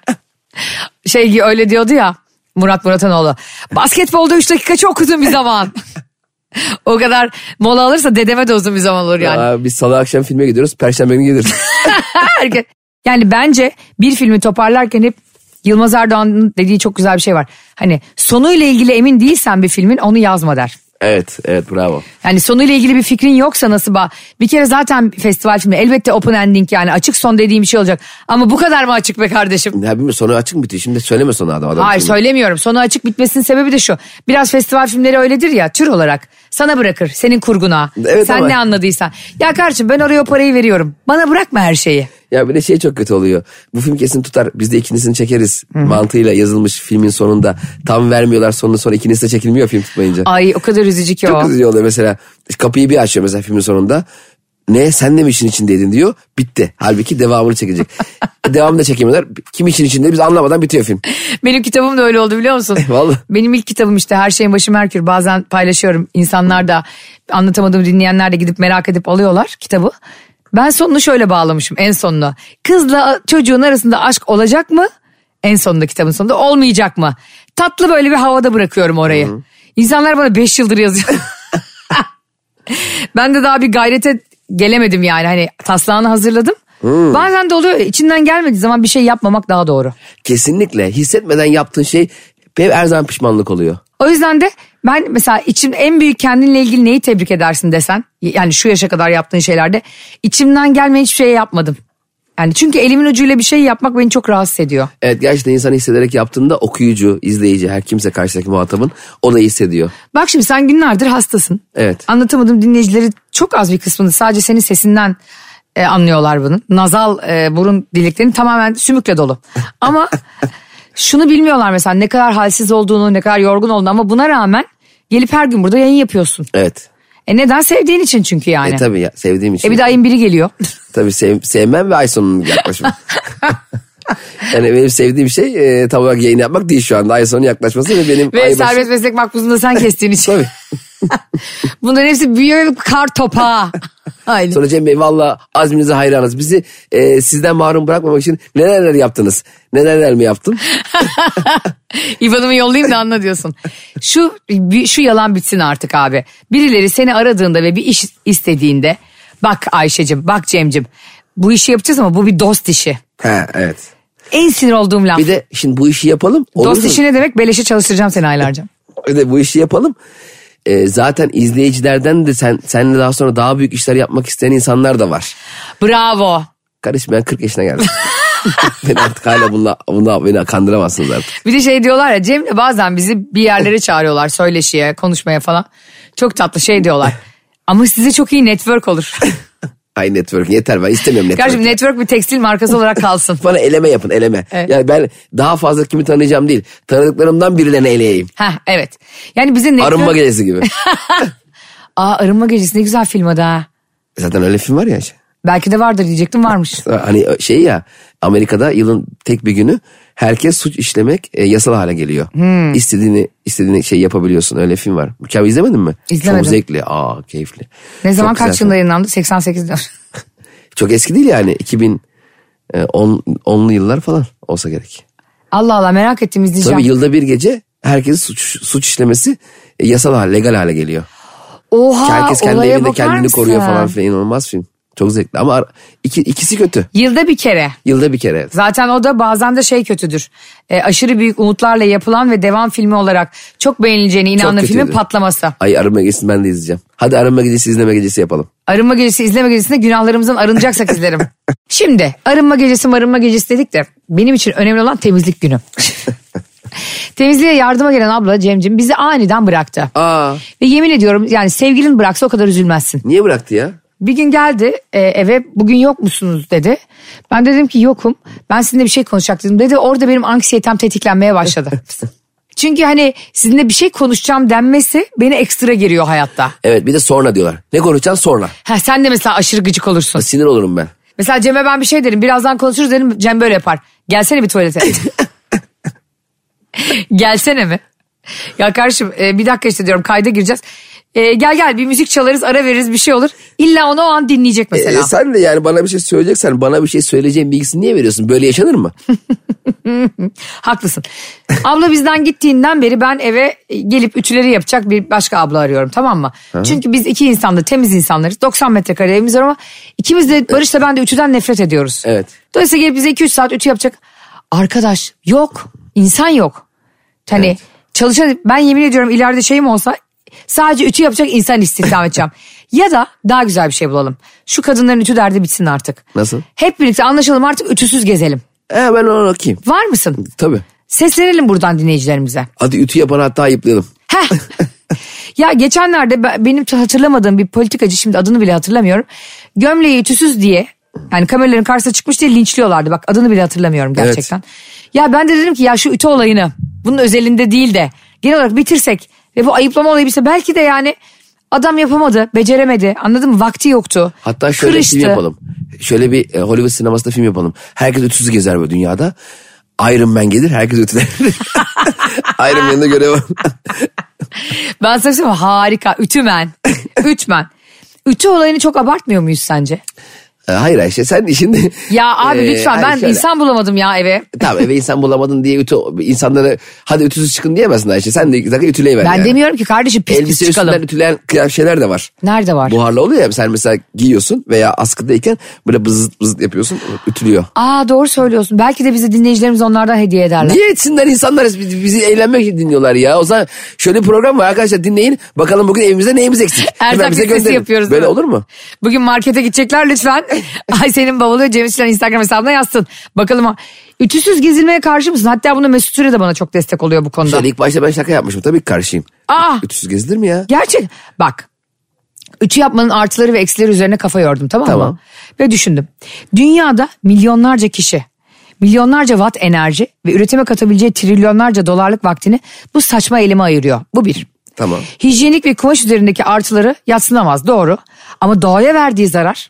Öyle diyordu ya Murat Muratanoğlu. Basketbolda 3 dakika çok uzun bir zaman. O kadar mola alırsa dedeme de uzun bir zaman olur yani. Biz salı akşam filme gidiyoruz. Perşembe günü geliriz. Yani bence bir filmi toparlarken hep Yılmaz Erdoğan'ın dediği çok güzel bir şey var. Hani sonuyla ilgili emin değilsen bir filmin onu yazma der. Evet bravo. Yani sonuyla ilgili bir fikrin yoksa nasıl bir kere zaten festival filmi elbette open ending yani açık son dediğim bir şey olacak. Ama bu kadar mı açık be kardeşim? Ya bilmiyorum sonu açık mı bitiyor? Şimdi söyleme sonu adam. Hayır söylemiyorum. Sonu açık bitmesinin sebebi de şu. Biraz festival filmleri öyledir ya tür olarak. Sana bırakır senin kurguna. Evet, sen ama ne anladıysan. Ya kardeşim ben oraya o parayı veriyorum. Bana bırakma her şeyi. Ya bir de şey çok kötü oluyor. Bu film kesin tutar. Biz de ikincisini çekeriz. Mantığıyla yazılmış filmin sonunda. Tam vermiyorlar sonunu sonra ikincisi de çekilmiyor film tutmayınca. Ay o kadar üzücü ki çok üzücü oluyor mesela. Kapıyı bir açıyor mesela filmin sonunda. Ne sen de mi işin içindeydin diyor. Bitti. Halbuki devamını çekecek. Devamını da çekemiyorlar. Kim işin içinde biz anlamadan bitiyor film. Benim kitabım da öyle oldu biliyor musun? Vallahi. Benim ilk kitabım işte Her Şeyin Başı Merkür. Bazen paylaşıyorum. İnsanlar da anlatamadığımı dinleyenler de gidip merak edip alıyorlar kitabı. Ben sonunu şöyle bağlamışım en sonunu. Kızla çocuğun arasında aşk olacak mı? En sonunda kitabın sonunda olmayacak mı? Tatlı böyle bir havada bırakıyorum orayı. İnsanlar bana 5 yıldır yazıyor. Ben de daha bir gayrete gelemedim yani. Hani taslağını hazırladım. Bazen de oluyor içinden gelmediği zaman bir şey yapmamak daha doğru. Kesinlikle hissetmeden yaptığın şey her zaman pişmanlık oluyor. O yüzden de ben mesela en büyük kendinle ilgili neyi tebrik edersin desen. Yani şu yaşa kadar yaptığın şeylerde içimden gelmeyen hiçbir şey yapmadım. Yani çünkü elimin ucuyla bir şey yapmak beni çok rahatsız ediyor. Evet gerçekten insan hissederek yaptığında okuyucu, izleyici her kimse karşıdaki muhatabın o da hissediyor. Bak şimdi sen günlerdir hastasın. Evet. Anlatamadığım dinleyicileri çok az bir kısmını sadece senin sesinden anlıyorlar bunun. Nazal burun deliklerin tamamen sümükle dolu. Ama şunu bilmiyorlar mesela ne kadar halsiz olduğunu, ne kadar yorgun olduğunu ama buna rağmen gelip her gün burada yayın yapıyorsun. Evet. Neden? Sevdiğin için çünkü yani. Tabii ya sevdiğim için. Bir de ayın biri geliyor. Tabii sevmem ve ay sonunun yaklaşımı. Yani benim sevdiğim şey tam olarak yayın yapmak değil şu anda. Ay sonu yaklaşması ve benim Ve serbest meslek makbuzunu da sen kestiğin için. Tabii. Bunların hepsi büyüyor kar topağı. Aynen. Sonra Cem Bey valla azminize hayranız. Bizi sizden mahrum bırakmamak için neler yaptınız? Neler mi yaptım? İban'ımı yollayayım da anla diyorsun. Şu yalan bitsin artık abi. Birileri seni aradığında ve bir iş istediğinde bak Ayşe'cim, bak Cem'cim, bu işi yapacağız ama bu bir dost işi. Ha evet. En sinir olduğum laf. Bir de şimdi bu işi yapalım. Dost işi ne demek? Beleşe çalıştıracağım seni aylarca. Bir de bu işi yapalım. Zaten izleyicilerden de seninle daha sonra daha büyük işler yapmak isteyen insanlar da var. Bravo. Kardeşim ben 40 yaşına geldim. Beni artık hala bununla beni kandıramazsınız artık. Bir de diyorlar ya, Cem'le bazen bizi bir yerlere çağırıyorlar, söyleşiye, konuşmaya falan. Çok tatlı diyorlar. Ama size çok iyi network olur. Ay network yeter, ben istemiyorum network. Kardeşim network bir tekstil markası olarak kalsın. Bana eleme yapın, eleme. Evet. Yani ben daha fazla kimi tanıyacağım değil. Tanıdıklarımdan birilerine eleyeyim. Evet. Yani bize network... Arınma Gecesi gibi. Arınma Gecesi ne güzel film adı ha. Zaten öyle film var ya. Belki de vardır diyecektim, varmış. Hani ya, Amerika'da yılın tek bir günü herkes suç işlemek yasal hale geliyor. İstediğini yapabiliyorsun, öyle film var. Mükemmel, izlemedin mi? İzlemedim. Çok zevkli, keyifli. Ne zaman, kaç yılında yayınlandı? 88'de. Çok eski değil yani, 2010'lu yıllar falan olsa gerek. Allah Allah, merak ettim, izleyeceğim. Tabii yılda bir gece herkesin suç işlemesi yasal hale, legal hale geliyor. Oha, herkes kendi olaya evinde kendini mısın? koruyor falan filan, inanılmaz film. Çok zevkli ama ikisi kötü. Yılda bir kere. Yılda bir kere. Zaten o da bazen de kötüdür. Aşırı büyük umutlarla yapılan ve devam filmi olarak çok beğenileceğine inandığım filmin patlaması. Ay, Arınma Gecesi'ni ben de izleyeceğim. Hadi Arınma Gecesi izleme gecesi yapalım. Arınma Gecesi izleme gecesinde günahlarımızdan arınacaksak izlerim. Şimdi Arınma Gecesi dedik de benim için önemli olan temizlik günü. Temizliğe yardıma gelen abla Cem'cim bizi aniden bıraktı. Ve yemin ediyorum, yani sevgilin bıraksa o kadar üzülmezsin. Niye bıraktı ya? Bir gün geldi eve, bugün yok musunuz dedi. Ben dedim ki yokum, ben sizinle bir şey konuşacaktım dedi. Orada benim anksiyetem tetiklenmeye başladı. Çünkü hani sizinle bir şey konuşacağım denmesi beni ekstra geriyor hayatta. Evet, bir de sonra diyorlar. Ne konuşacaksın sonra? Sen de mesela aşırı gıcık olursun. Sinir olurum ben. Mesela Cem'e ben bir şey derim, birazdan konuşuruz derim, Cem böyle yapar. Gelsene bir tuvalete. Gelsene mi? Ya kardeşim bir dakika diyorum, kayda gireceğiz. Gel bir müzik çalarız, ara veririz, bir şey olur. İlla onu o an dinleyecek mesela. Sen de yani bana bir şey söyleyeceksen bana bir şey söyleyeceğin bilgisini niye veriyorsun? Böyle yaşanır mı? Haklısın. Abla bizden gittiğinden beri ben eve gelip ütüleri yapacak bir başka abla arıyorum, tamam mı? Çünkü biz iki insan temiz insanlarız. 90 metrekare evimiz var ama ikimiz de Barış'la ben de ütüden nefret ediyoruz. Evet. Dolayısıyla gelip bize 2-3 saat ütü yapacak arkadaş yok. İnsan yok. Hani evet. Çalışan, ben yemin ediyorum ileride şeyim olsa sadece ütü yapacak insan istihdam edeceğim. Ya da daha güzel bir şey bulalım. Şu kadınların ütü derdi bitsin artık. Nasıl? Hep birlikte anlaşalım, artık ütüsüz gezelim. Ben onu okuyayım. Var mısın? Tabii. Seslenelim buradan dinleyicilerimize. Hadi ütü yapan hatta ayıplayalım. Ya geçenlerde benim hatırlamadığım bir politikacı, şimdi adını bile hatırlamıyorum. Gömleği ütüsüz diye, yani kameraların karşısına çıkmış diye linçliyorlardı. Bak adını bile hatırlamıyorum gerçekten. Evet. Ya ben de dedim ki ya şu ütü olayını bunun özelinde değil de genel olarak bitirsek ve bu ayıplama olayı bitse, belki de yani adam yapamadı, beceremedi, anladın mı? Vakti yoktu. Hatta şöyle bir film yapalım. Şöyle bir Hollywood sinemasında film yapalım. Herkes ütüsüz gezer böyle dünyada. Iron Man gelir, herkes ütüler. Iron Man'de görev var. Ben sana söyleyeyim, harika. Ütümen. Ütü olayını çok abartmıyor muyuz sence? Hayır Ayşe, sen şimdi... Ya abi lütfen, ben şöyle, insan bulamadım ya eve. Tamam, eve insan bulamadın diye insanları hadi ütüsüz çıkın diyemezsin Ayşe. Sen de zaten ütüleyiver ben yani. demiyorum ki kardeşim pis elbise pis çıkalım. Elbise üstünden ütüleyen şeyler de var. Nerede var? Buharlı oluyor ya, sen mesela giyiyorsun veya askıdayken böyle bızıt bızıt yapıyorsun, ütülüyor. Doğru söylüyorsun. Belki de bize dinleyicilerimiz onlardan hediye ederler. Niye etsinler, insanlar bizi eğlenmek için dinliyorlar ya. O zaman şöyle bir program var arkadaşlar, dinleyin. Bakalım bugün evimizde neyimiz eksik. Erzak listesi yapıyoruz. Böyle olur mu? Bugün markete gidecekler lütfen. Ayşe'nin bavulu Cem İşçilerin Instagram hesabına yazsın. Bakalım ütüsüz gezilmeye karşı mısın? Hatta bunda Mesut Süre de bana çok destek oluyor bu konuda. Şöyle ilk başta ben şaka yapmışım. Tabii ki karşıyım. Ütüsüz gezilir mi ya? Gerçek. Bak. Ütü yapmanın artıları ve eksileri üzerine kafa yordum, tamam mı? Ve düşündüm. Dünyada milyonlarca kişi, milyonlarca watt enerji ve üretime katabileceği trilyonlarca dolarlık vaktini bu saçma eyleme ayırıyor. Bu bir. Tamam. Hijyenik ve kumaş üzerindeki artıları yadsınamaz, doğru. Ama doğaya verdiği zarar,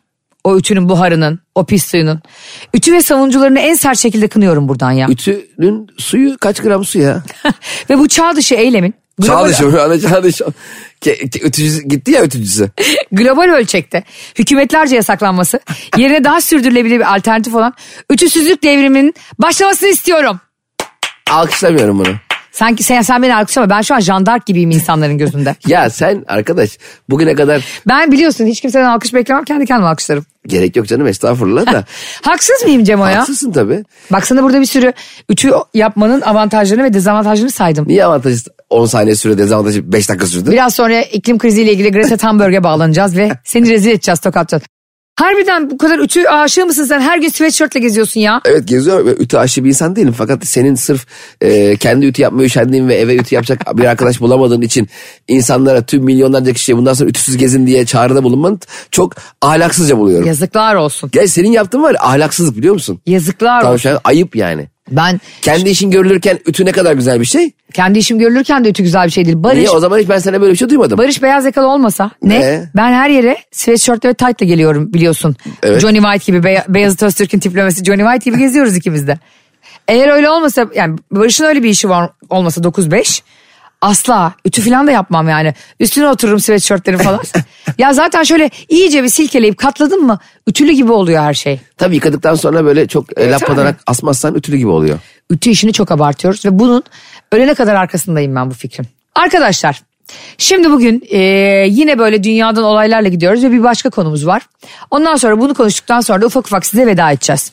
O ütünün buharının, o pis suyunun. Ütü ve savunucularını en sert şekilde kınıyorum buradan ya. Ütünün suyu kaç gram su ya? Ve bu çağ dışı eylemin. Çağ dışı. Ütücüsü gitti ya ütücüsü. Global ölçekte hükümetlerce yasaklanması yerine daha sürdürülebilir bir alternatif olan ütüsüzlük devriminin başlamasını istiyorum. Alkışlamıyorum bunu. Sanki sen beni alkışlama, ben şu an Jeanne d'Arc gibiyim insanların gözünde. Ya sen arkadaş bugüne kadar... Ben biliyorsun hiç kimseden alkış beklemem, kendi kendime alkışlarım. Gerek yok canım, estağfurullah da. Haksız mıyım Cemo ya? Haksızsın tabii. Bak sana burada bir sürü ütü yapmanın avantajlarını ve dezavantajlarını saydım. Niye avantajı 10 saniye süre, dezavantajı 5 dakika sürdü? Biraz sonra iklim kriziyle ilgili Greta Thunberg'e bağlanacağız ve seni rezil edeceğiz, tokatlayacağız. Harbiden bu kadar ütü aşığı mısın sen? Her gün sweatshirtle geziyorsun ya. Evet geziyorum ve ütü aşığı bir insan değilim. Fakat senin sırf kendi ütü yapmaya üşendiğin ve eve ütü yapacak bir arkadaş bulamadığın için insanlara, tüm milyonlarca kişiye bundan sonra ütüsüz gezin diye çağrıda bulunmanı çok ahlaksızca buluyorum. Yazıklar olsun. Gel senin yaptığın var ya, ahlaksızlık biliyor musun? Yazıklar Tamam, olsun. şu an ayıp yani. Ben Kendi işin görülürken ütü ne kadar güzel bir şey. kendi işim görülürken de ütü güzel bir şey değil. Niye? O zaman hiç ben sana böyle bir şey duymadım. Barış beyaz yakalı olmasa ne? Ne? Ben her yere sweatshirtle ve tight'la geliyorum biliyorsun. Evet. Johnny White gibi, Beyazıt Öztürk'ün tiplemesi Johnny White gibi geziyoruz ikimiz de. Eğer öyle olmasa, yani Barış'ın öyle bir işi var olmasa 9-5 asla ütü falan da yapmam yani. Üstüne otururum sweatshirtlerin falan. Ya zaten şöyle iyice bir silkeleyip katladın mı ütülü gibi oluyor her şey. Tabii yıkadıktan sonra böyle çok lapadanak asmazsan ütülü gibi oluyor. Ütü işini çok abartıyoruz ve bunun ölene kadar arkasındayım ben bu fikrin. Arkadaşlar şimdi bugün yine böyle dünyadan olaylarla gidiyoruz ve bir başka konumuz var. Ondan sonra bunu konuştuktan sonra da ufak ufak size veda edeceğiz.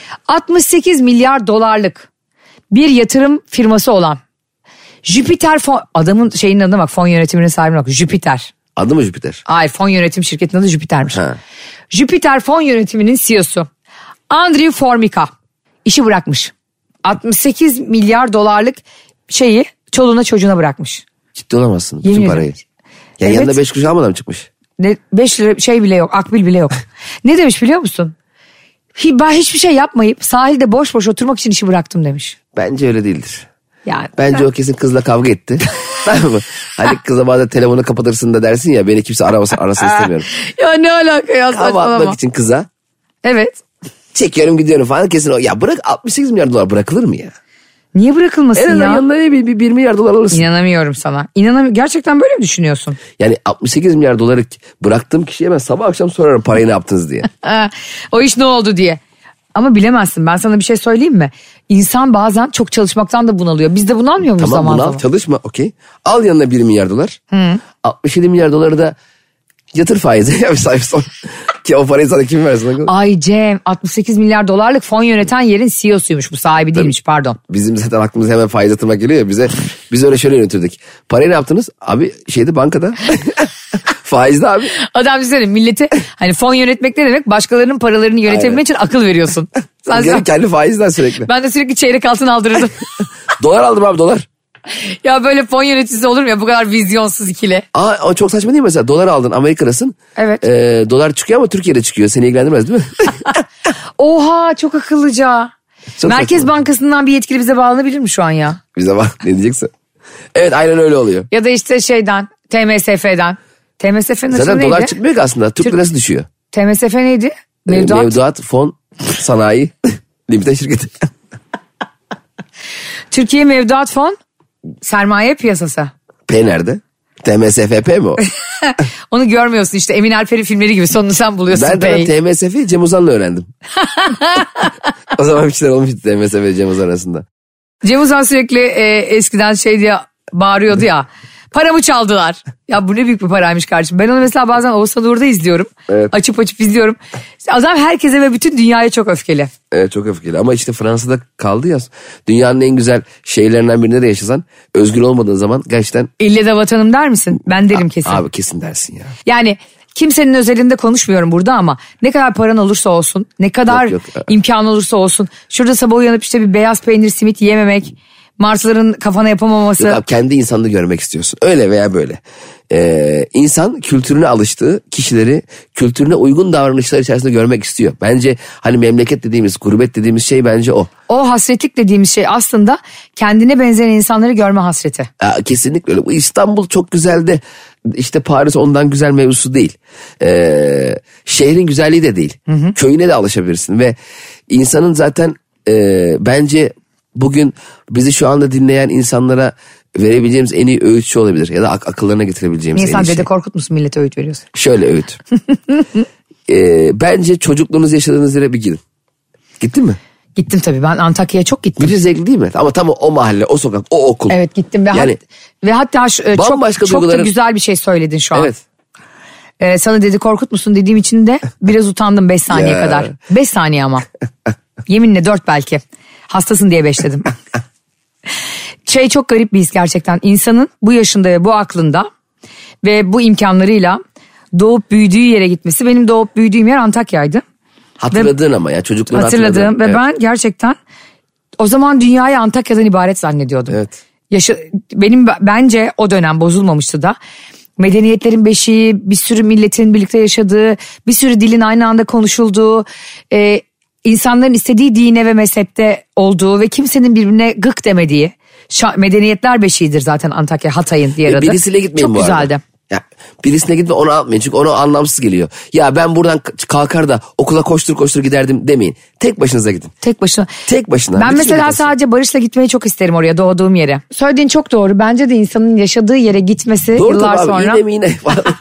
68 milyar dolarlık bir yatırım firması olan Jüpiter fon, adamın şeyinin adına bak, fon yönetiminin sahibine bak, Jüpiter. Adı mı Jüpiter? Hayır, fon yönetim şirketinin adı Jüpiter'miş. Ha. Jüpiter fon yönetiminin CEO'su Andrew Formica işi bırakmış. 68 milyar dolarlık şeyi çoluğuna çocuğuna bırakmış. Ciddi olamazsın. Yemin Bütün ederim. parayı. Ya Evet. yanında 5 kuruş almadan mı çıkmış? 5 lira şey bile yok, akbil bile yok. Ne demiş biliyor musun? Ben hiçbir şey yapmayıp sahilde boş boş oturmak için işi bıraktım demiş. Bence öyle değildir. Yani Bence o kesin kızla kavga etti. Tamam mı? Hani kıza bazen telefonu kapatırsın da dersin ya, beni kimse arasın istemiyorum. Ya ne alaka ya, Hava saçmalama. atmak için kıza Evet. çekiyorum gidiyorum falan, kesin o. Ya bırak, 68 milyar dolar bırakılır mı ya? Niye bırakılmasın En azından ya? yanına ne bir 1 milyar dolar alırsın. İnanamıyorum sana. Gerçekten böyle mi düşünüyorsun? Yani 68 milyar doları bıraktığım kişiye ben sabah akşam sorarım parayı ne yaptınız diye. O iş ne oldu diye. Ama bilemezsin, ben sana bir şey söyleyeyim mi? İnsan bazen çok çalışmaktan da bunalıyor. Biz de bunalmıyor muyuz Tamam, zaman bunu zaman? al, çalışma, okey. Al yanına 1 milyar dolar. 67 milyar doları da yatır faize. Ya bir sayfa son. Ki o parayı sana kim versin? Ay Cem, 68 milyar dolarlık fon yöneten yerin CEO'suymuş, bu sahibi değilmiş, pardon. Bizim zaten aklımıza hemen faiz yatırmak geliyor ya bize. Biz öyle şöyle yönetirdik. Parayı ne yaptınız? Abi bankada. Faizde abi. Adam düşünsene, milleti hani fon yönetmek ne demek? Başkalarının paralarını yönetebilmek için akıl veriyorsun. Yani kendi faizden sürekli. Ben de sürekli çeyrek altın aldırırdım. Dolar aldım abi, dolar. Ya böyle fon yöneticisi olur mu ya, bu kadar vizyonsuz ikili? O çok saçma değil mi mesela? Dolar aldın, Amerika'dasın. Evet. Dolar çıkıyor ama Türkiye'de çıkıyor. Seni ilgilendirmez değil mi? Oha, çok akıllıca. Çok Merkez saçma. Bankası'ndan bir yetkili bize bağlanabilir mi şu an ya? Bize bak ne diyeceksin. Evet, aynen öyle oluyor. Ya da işte şeyden, TMSF'den. TMSF'nin adı Zaten neydi? dolar çıkmıyor ki aslında. Türk lirası düşüyor. TMSF neydi? Mevduat. Mevduat Fon Sanayi Limited şirketi. Türkiye Mevduat Fon Sermaye Piyasası. P nerede? TMSFP mi o? Onu görmüyorsun işte, Emin Alper'in filmleri gibi sonunu sen buluyorsun. Ben de TMSF'yi Cem Uzan'la öğrendim. O zaman bir şeyler olmuştu TMSF ve Cem Uzan arasında. Cem Uzan sürekli eskiden şey diye bağırıyordu ya. Paramı çaldılar. Ya bu ne büyük bir paraymış kardeşim. Ben onu mesela bazen Oğuzhan Uğur'da izliyorum. Evet. Açıp izliyorum. Adam herkese ve bütün dünyaya çok öfkeli. Evet, çok öfkeli ama işte Fransa'da kaldı ya. Dünyanın en güzel şehirlerinden birinde de yaşasan, özgür olmadığın zaman gerçekten... İlle de vatanım der misin? Ben derim kesin. Abi kesin dersin ya. Yani kimsenin özelinde konuşmuyorum burada ama ne kadar paran olursa olsun, ne kadar Yok. imkan olursa olsun. Şurada sabah uyanıp işte bir beyaz peynir simit yememek, martıların kafana yapamaması. Yok abi, kendi insanını görmek istiyorsun. Öyle veya böyle. insan kültürüne alıştığı kişileri kültürüne uygun davranışlar içerisinde görmek istiyor. Bence hani memleket dediğimiz, gurbet dediğimiz şey bence o. O hasretlik dediğimiz şey aslında kendine benzeyen insanları görme hasreti. Kesinlikle öyle. İstanbul çok güzel de işte Paris ondan güzel mevzusu değil. Şehrin güzelliği de değil. Köyüne de alışabilirsin ve insanın zaten bence bugün bizi şu anda dinleyen insanlara verebileceğimiz en iyi öğüt şu olabilir. Ya da akıllarına getirebileceğimiz en iyi şey. Niye sen Dede Korkut musun, millete öğüt veriyorsun? Şöyle öğüt. Bence çocukluğunuz yaşadığınız yere bir gidin. Gittin mi? Gittim tabii, ben Antakya'ya çok gittim. Müthiş zevkli değil mi? Ama tam o mahalle, o sokak, o okul. Evet gittim ve hatta çok da güzel bir şey söyledin şu an. Evet. Sana Dede Korkut musun dediğim için de biraz utandım 5 saniye kadar. 5 saniye ama. Yeminle 4 belki. Hastasın diye 5 dedim. Çok garip bir his gerçekten. İnsanın bu yaşında ve bu aklında ve bu imkanlarıyla doğup büyüdüğü yere gitmesi. Benim doğup büyüdüğüm yer Antakya'ydı. Hatırladığın ama ya çocukluğunu hatırladığım ve ben gerçekten o zaman dünyayı Antakya'dan ibaret zannediyordum. Evet. Bence o dönem bozulmamıştı da. Medeniyetlerin beşiği, bir sürü milletin birlikte yaşadığı, bir sürü dilin aynı anda konuşulduğu, insanların istediği dine ve mezhepte olduğu ve kimsenin birbirine gık demediği medeniyetler beşiğidir zaten Antakya, Hatay'ın diğer adı. Birisiyle gitmeyin çok bu arada. Güzeldi. Ya, birisine gitme, onu atmayın çünkü onu anlamsız geliyor. Ya ben buradan kalkar da okula koştur giderdim demeyin. Tek başınıza gidin. Tek başına. Bütün Ben mesela sadece Barış'la gitmeyi çok isterim oraya, doğduğum yere. Söylediğin çok doğru. Bence de insanın yaşadığı yere gitmesi doğru, yıllar abi, sonra. Yine.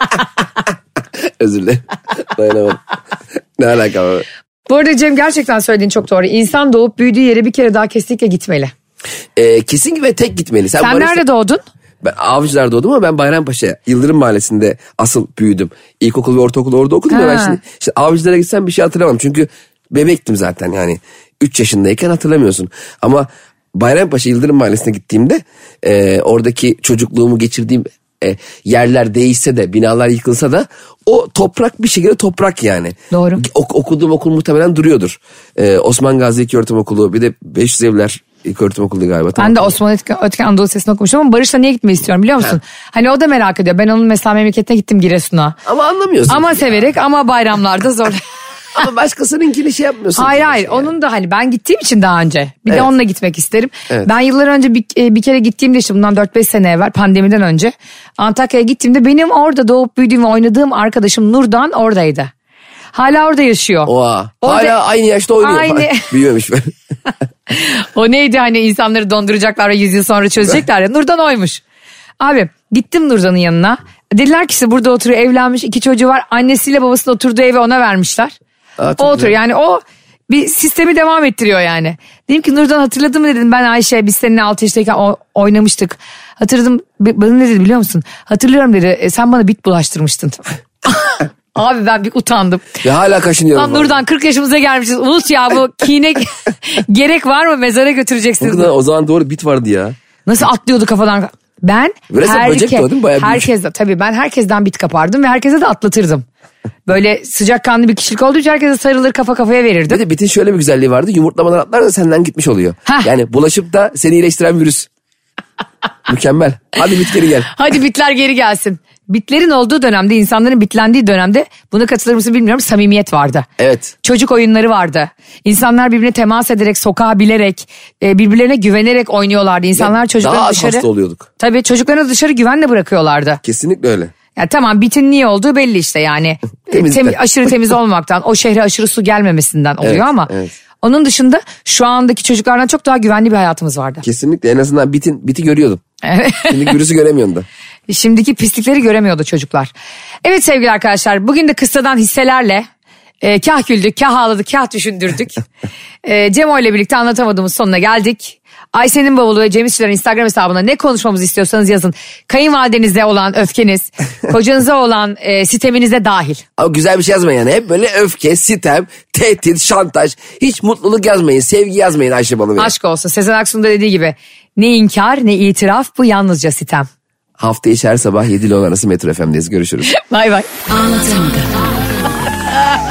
Özür dilerim. Dayanamadım. Ne alaka var? Bu arada Cem, gerçekten söylediğin çok doğru. İnsan doğup büyüdüğü yere bir kere daha kesinlikle gitmeli. Kesin ve tek gitmeli. Sen nerede doğdun? Ben Avcılar'da doğdum ama ben Bayrampaşa, Yıldırım Mahallesi'nde asıl büyüdüm. İlkokul ve ortaokul orada okudum ya ben şimdi. İşte Avcılar'a gitsem bir şey hatırlamam. Çünkü bebektim zaten yani 3 yaşındayken hatırlamıyorsun. Ama Bayrampaşa Yıldırım Mahallesi'ne gittiğimde oradaki çocukluğumu geçirdiğim yerler değişse de, binalar yıkılsa da o toprak bir şekilde toprak yani. Doğru. Okuduğum okul muhtemelen duruyordur. Osman Gazi İlköğretim Okulu, bir de 500 Evler İlköğretim Okulu galiba. Ben de Osman Ötken Anadolu Lisesi'ni okumuştum ama Barış'la niye gitmeyi istiyorum biliyor musun? Hani o da merak ediyor. Ben onun mesela memleketine gittim, Giresun'a. Ama anlamıyorsun. Ama severek ama bayramlarda zor. Ama başkasınınkini şey yapmıyorsun. Hayır. Yani. Onun da hani ben gittiğim için daha önce. Bir de onunla gitmek isterim. Evet. Ben yıllar önce bir kere gittiğimde, işte bundan 4-5 sene evvel, pandemiden önce Antakya'ya gittiğimde benim orada doğup büyüdüğüm ve oynadığım arkadaşım Nurdan oradaydı. Hala orada yaşıyor. Oha. Hala aynı yaşta oynuyor. Aynı. Büyümemiş ben. O neydi hani, insanları donduracaklar ve 100 yıl sonra çözecekler ya. Nurdan oymuş. Abi gittim Nurdan'ın yanına. Dediler ki işte burada oturuyor, evlenmiş, 2 çocuğu var. Annesiyle babasının oturduğu evi ona vermişler. O oturuyor yani, o bir sistemi devam ettiriyor yani. Dedim ki Nurdan hatırladın mı dedim, ben Ayşe, biz seninle 6 yaşındayken oynamıştık. Hatırladım. Bana ne dedi biliyor musun? Hatırlıyorum dedi, sen bana bit bulaştırmıştın. Abi ben bir utandım. Ya hala kaşınıyorum. Lan Nurdan 40 yaşımıza gelmişiz. Unut ya, bu kine gerek var mı, mezara götüreceksiniz. O zaman doğru bit vardı ya. Nasıl atlıyordu kafadan. Ben herkesten bit kapardım ve herkese de atlatırdım. Böyle sıcakkanlı bir kişilik olduğu için herkese sarılır, kafa kafaya verirdim. Bir de bitin şöyle bir güzelliği vardı. Yumurtlamadan atlar da senden gitmiş oluyor. Yani bulaşıp da seni iyileştiren virüs. Mükemmel. Hadi bit geri gel. Hadi bitler geri gelsin. Bitlerin olduğu dönemde, insanların bitlendiği dönemde, buna katılır mısın bilmiyorum, samimiyet vardı. Evet. Çocuk oyunları vardı. İnsanlar birbirine temas ederek, sokağa bilerek, birbirlerine güvenerek oynuyorlardı. İnsanlar çocuklarını daha dışarı... hasta oluyorduk. Tabii çocuklarını dışarı güvenle bırakıyorlardı. Kesinlikle öyle. Ya tamam, bitin niye olduğu belli işte yani. Aşırı temiz olmaktan, o şehre aşırı su gelmemesinden oluyor ama... Evet. Onun dışında şu andaki çocuklardan çok daha güvenli bir hayatımız vardı. Kesinlikle, en azından biti görüyordum. Evet. Şimdiki virüsü göremiyorsun da. Şimdiki pislikleri göremiyordu çocuklar. Evet sevgili arkadaşlar, bugün de kıssadan hisselerle kah güldük, kah ağladık, kah düşündürdük. Cemo ile birlikte anlatamadığımız sonuna geldik. Ayşe'nin bavulu ve Cem İşçilerin Instagram hesabına ne konuşmamızı istiyorsanız yazın. Kayınvalidenize olan öfkeniz, kocanıza olan siteminize dahil. Ama güzel bir şey yazmayın yani. Hep böyle öfke, sitem, tehdit, şantaj. Hiç mutluluk yazmayın, sevgi yazmayın Ayşe Balı Bey. Aşk olsun. Sezen Aksu'nun da dediği gibi, ne inkar ne itiraf, bu yalnızca sitem. Hafta içi her sabah 7 ile 10 arası Metro FM'deyiz. Görüşürüz. Bay bay. Anlatamadım.